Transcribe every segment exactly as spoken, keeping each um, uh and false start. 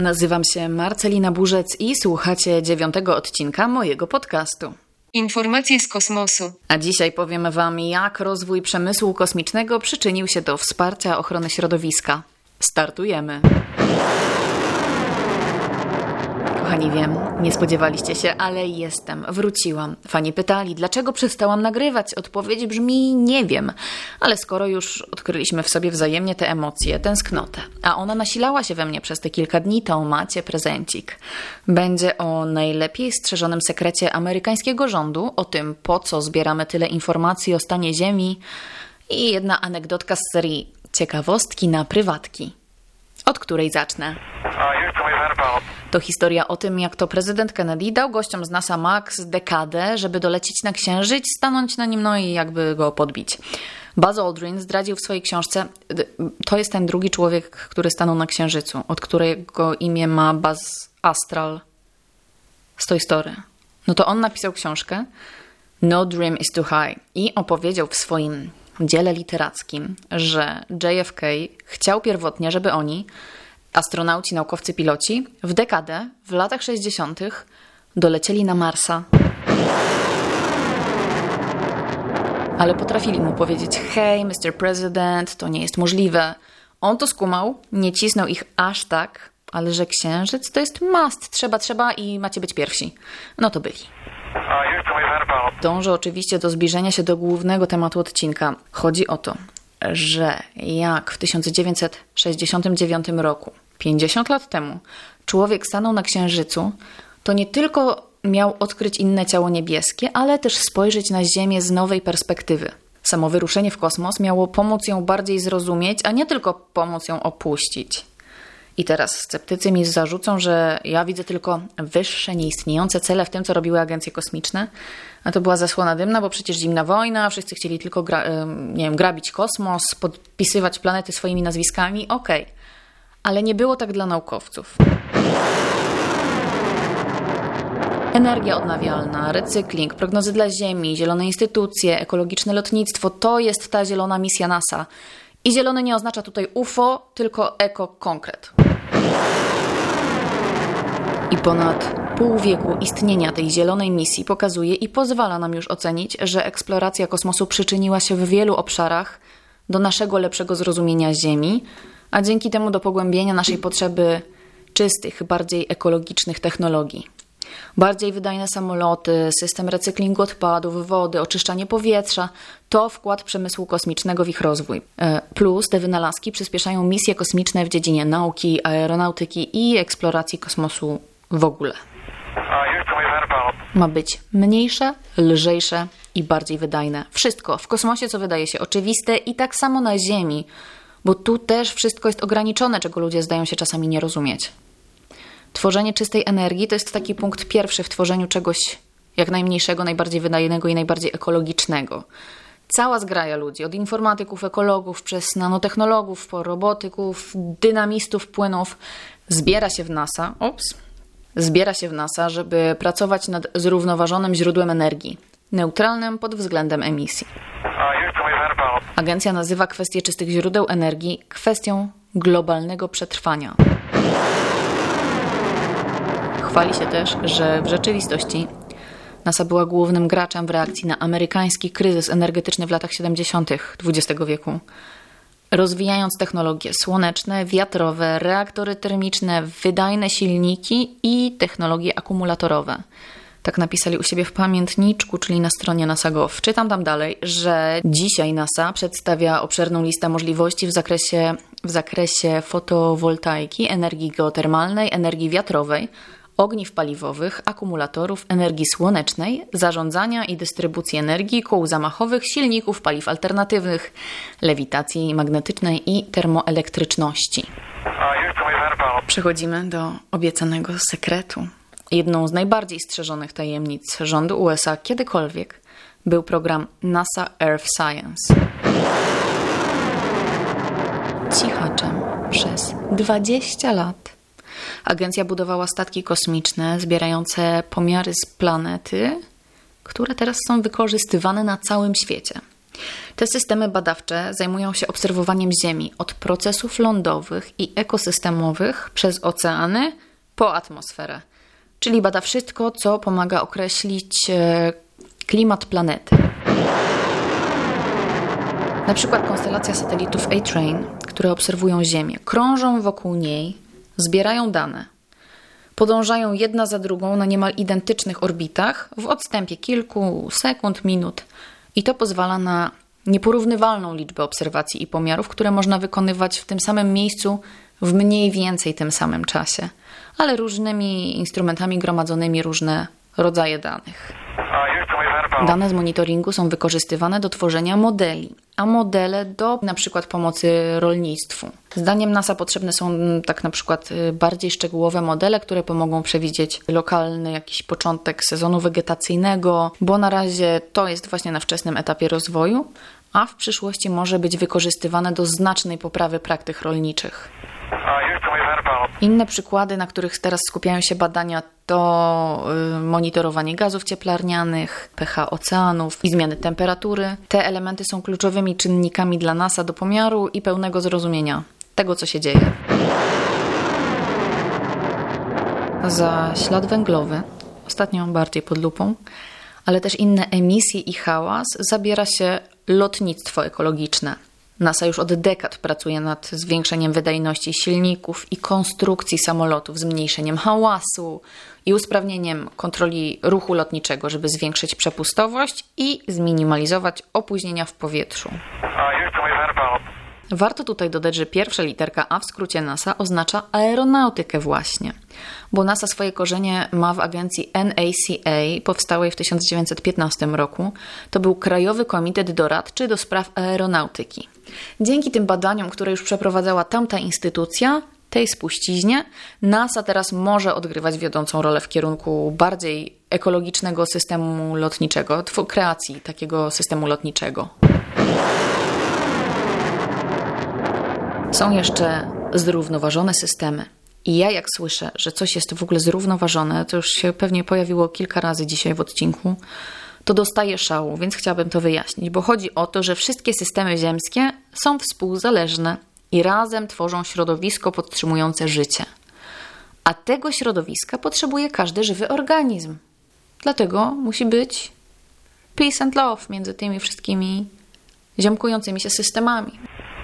Nazywam się Marcelina Burzec i słuchacie dziewiątego odcinka mojego podcastu. Informacje z kosmosu. A dzisiaj powiemy Wam, jak rozwój przemysłu kosmicznego przyczynił się do wsparcia ochrony środowiska. Startujemy! Kochani, wiem, nie spodziewaliście się, ale jestem, wróciłam. Fani pytali, dlaczego przestałam nagrywać? Odpowiedź brzmi, nie wiem. Ale skoro już odkryliśmy w sobie wzajemnie te emocje, tęsknotę, a ona nasilała się we mnie przez te kilka dni, to macie prezencik. Będzie o najlepiej strzeżonym sekrecie amerykańskiego rządu, o tym, po co zbieramy tyle informacji o stanie Ziemi i jedna anegdotka z serii Ciekawostki na prywatki, od której zacznę. To historia o tym, jak to prezydent Kennedy dał gościom z NASA max dekadę, żeby dolecieć na Księżyc, stanąć na nim, no i jakby go podbić. Buzz Aldrin zdradził w swojej książce, to jest ten drugi człowiek, który stanął na Księżycu, od którego imię ma Buzz Astral z Toy Story. No to on napisał książkę No Dream is Too High i opowiedział w swoim dziele literackim, że J F K chciał pierwotnie, żeby oni, astronauci, naukowcy, piloci, w dekadę, w latach sześćdziesiątych dolecieli na Marsa. Ale potrafili mu powiedzieć, hej, mister President, to nie jest możliwe. On to skumał, nie cisnął ich aż tak, ale że Księżyc to jest must, trzeba, trzeba i macie być pierwsi. No to byli. Dążę oczywiście do zbliżenia się do głównego tematu odcinka. Chodzi o to, że jak w tysiąc dziewięćset sześćdziesiątym dziewiątym roku, pięćdziesiąt lat temu, człowiek stanął na Księżycu, to nie tylko miał odkryć inne ciało niebieskie, ale też spojrzeć na Ziemię z nowej perspektywy. Samo wyruszenie w kosmos miało pomóc ją bardziej zrozumieć, a nie tylko pomóc ją opuścić. I teraz sceptycy mi zarzucą, że ja widzę tylko wyższe, nieistniejące cele w tym, co robiły agencje kosmiczne. A to była zasłona dymna, bo przecież zimna wojna, wszyscy chcieli tylko gra, nie wiem, grabić kosmos, podpisywać planety swoimi nazwiskami. Okej, okay. Ale nie było tak dla naukowców. Energia odnawialna, recykling, prognozy dla Ziemi, zielone instytucje, ekologiczne lotnictwo, to jest ta zielona misja NASA. I zielony nie oznacza tutaj U F O, tylko eko-konkret. I ponad pół wieku istnienia tej zielonej misji pokazuje i pozwala nam już ocenić, że eksploracja kosmosu przyczyniła się w wielu obszarach do naszego lepszego zrozumienia Ziemi, a dzięki temu do pogłębienia naszej potrzeby czystych, bardziej ekologicznych technologii. Bardziej wydajne samoloty, system recyklingu odpadów, wody, oczyszczanie powietrza to wkład przemysłu kosmicznego w ich rozwój. Plus te wynalazki przyspieszają misje kosmiczne w dziedzinie nauki, aeronautyki i eksploracji kosmosu w ogóle. Ma być mniejsze, lżejsze i bardziej wydajne. Wszystko w kosmosie, co wydaje się oczywiste, i tak samo na Ziemi, bo tu też wszystko jest ograniczone, czego ludzie zdają się czasami nie rozumieć. Tworzenie czystej energii to jest taki punkt pierwszy w tworzeniu czegoś jak najmniejszego, najbardziej wydajnego i najbardziej ekologicznego. Cała zgraja ludzi, od informatyków, ekologów, przez nanotechnologów, po robotyków, dynamistów płynów, zbiera się w NASA, ups, zbiera się w NASA, żeby pracować nad zrównoważonym źródłem energii, neutralnym pod względem emisji. Agencja nazywa kwestię czystych źródeł energii kwestią globalnego przetrwania. Chwali się też, że w rzeczywistości NASA była głównym graczem w reakcji na amerykański kryzys energetyczny w latach siedemdziesiątych dwudziestego wieku. Rozwijając technologie słoneczne, wiatrowe, reaktory termiczne, wydajne silniki i technologie akumulatorowe. Tak napisali u siebie w pamiętniczku, czyli na stronie NASA kropka gov. Czytam tam dalej, że dzisiaj NASA przedstawia obszerną listę możliwości w zakresie, w zakresie fotowoltaiki, energii geotermalnej, energii wiatrowej, ogniw paliwowych, akumulatorów, energii słonecznej, zarządzania i dystrybucji energii, kół zamachowych, silników, paliw alternatywnych, lewitacji magnetycznej i termoelektryczności. Przechodzimy do obiecanego sekretu. Jedną z najbardziej strzeżonych tajemnic rządu U S A kiedykolwiek był program NASA Earth Science. Cichaczem przez dwadzieścia lat agencja budowała statki kosmiczne zbierające pomiary z planety, które teraz są wykorzystywane na całym świecie. Te systemy badawcze zajmują się obserwowaniem Ziemi od procesów lądowych i ekosystemowych przez oceany po atmosferę. Czyli bada wszystko, co pomaga określić klimat planety. Na przykład konstelacja satelitów A-Train, które obserwują Ziemię, krążą wokół niej, zbierają dane. Podążają jedna za drugą na niemal identycznych orbitach w odstępie kilku sekund, minut. I to pozwala na nieporównywalną liczbę obserwacji i pomiarów, które można wykonywać w tym samym miejscu w mniej więcej tym samym czasie, ale różnymi instrumentami gromadzonymi różne rodzaje danych. Dane z monitoringu są wykorzystywane do tworzenia modeli, a modele do na przykład pomocy rolnictwu. Zdaniem NASA potrzebne są tak na przykład bardziej szczegółowe modele, które pomogą przewidzieć lokalny jakiś początek sezonu wegetacyjnego, bo na razie to jest właśnie na wczesnym etapie rozwoju, a w przyszłości może być wykorzystywane do znacznej poprawy praktyk rolniczych. Inne przykłady, na których teraz skupiają się badania, to monitorowanie gazów cieplarnianych, pH oceanów i zmiany temperatury. Te elementy są kluczowymi czynnikami dla NASA do pomiaru i pełnego zrozumienia tego, co się dzieje. Za ślad węglowy, ostatnio bardziej pod lupą, ale też inne emisje i hałas zabiera się lotnictwo ekologiczne. NASA już od dekad pracuje nad zwiększeniem wydajności silników i konstrukcji samolotów, zmniejszeniem hałasu i usprawnieniem kontroli ruchu lotniczego, żeby zwiększyć przepustowość i zminimalizować opóźnienia w powietrzu. Warto tutaj dodać, że pierwsza literka A w skrócie NASA oznacza aeronautykę właśnie, bo NASA swoje korzenie ma w agencji N A C A, powstałej w tysiąc dziewięćset piętnastym roku. To był Krajowy Komitet Doradczy do Spraw Aeronautyki. Dzięki tym badaniom, które już przeprowadzała tamta instytucja, tej spuściźnie, NASA teraz może odgrywać wiodącą rolę w kierunku bardziej ekologicznego systemu lotniczego, kreacji takiego systemu lotniczego. Są jeszcze zrównoważone systemy. I ja jak słyszę, że coś jest w ogóle zrównoważone, to już się pewnie pojawiło kilka razy dzisiaj w odcinku, to dostaję szału, więc chciałabym to wyjaśnić, bo chodzi o to, że wszystkie systemy ziemskie są współzależne i razem tworzą środowisko podtrzymujące życie. A tego środowiska potrzebuje każdy żywy organizm. Dlatego musi być peace and love między tymi wszystkimi ziomkującymi się systemami.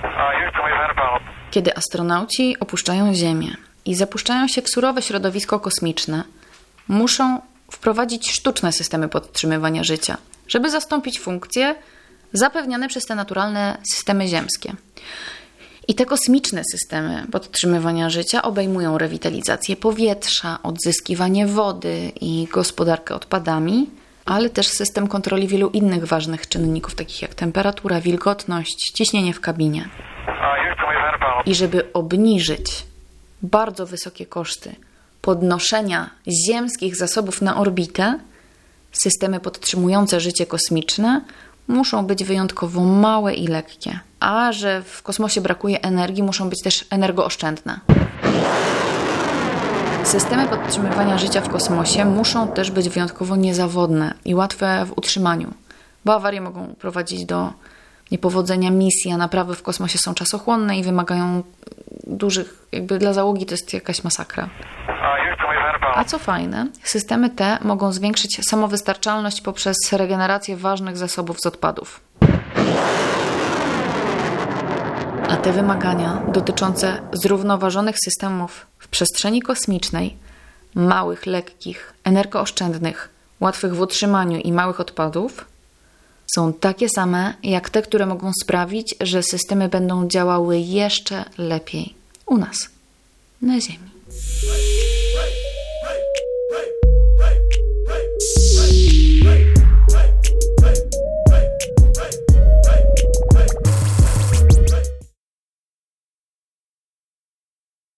Kiedy astronauci opuszczają Ziemię i zapuszczają się w surowe środowisko kosmiczne, muszą wprowadzić sztuczne systemy podtrzymywania życia, żeby zastąpić funkcje zapewniane przez te naturalne systemy ziemskie. I te kosmiczne systemy podtrzymywania życia obejmują rewitalizację powietrza, odzyskiwanie wody i gospodarkę odpadami, ale też system kontroli wielu innych ważnych czynników, takich jak temperatura, wilgotność, ciśnienie w kabinie. I żeby obniżyć bardzo wysokie koszty podnoszenia ziemskich zasobów na orbitę, systemy podtrzymujące życie kosmiczne muszą być wyjątkowo małe i lekkie. A że w kosmosie brakuje energii, muszą być też energooszczędne. Systemy podtrzymywania życia w kosmosie muszą też być wyjątkowo niezawodne i łatwe w utrzymaniu, bo awarie mogą prowadzić do niepowodzenia misji, a naprawy w kosmosie są czasochłonne i wymagają dużych, jakby dla załogi to jest jakaś masakra. A co fajne, systemy te mogą zwiększyć samowystarczalność poprzez regenerację ważnych zasobów z odpadów. A te wymagania dotyczące zrównoważonych systemów w przestrzeni kosmicznej, małych, lekkich, energooszczędnych, łatwych w utrzymaniu i małych odpadów, są takie same jak te, które mogą sprawić, że systemy będą działały jeszcze lepiej u nas, na Ziemi.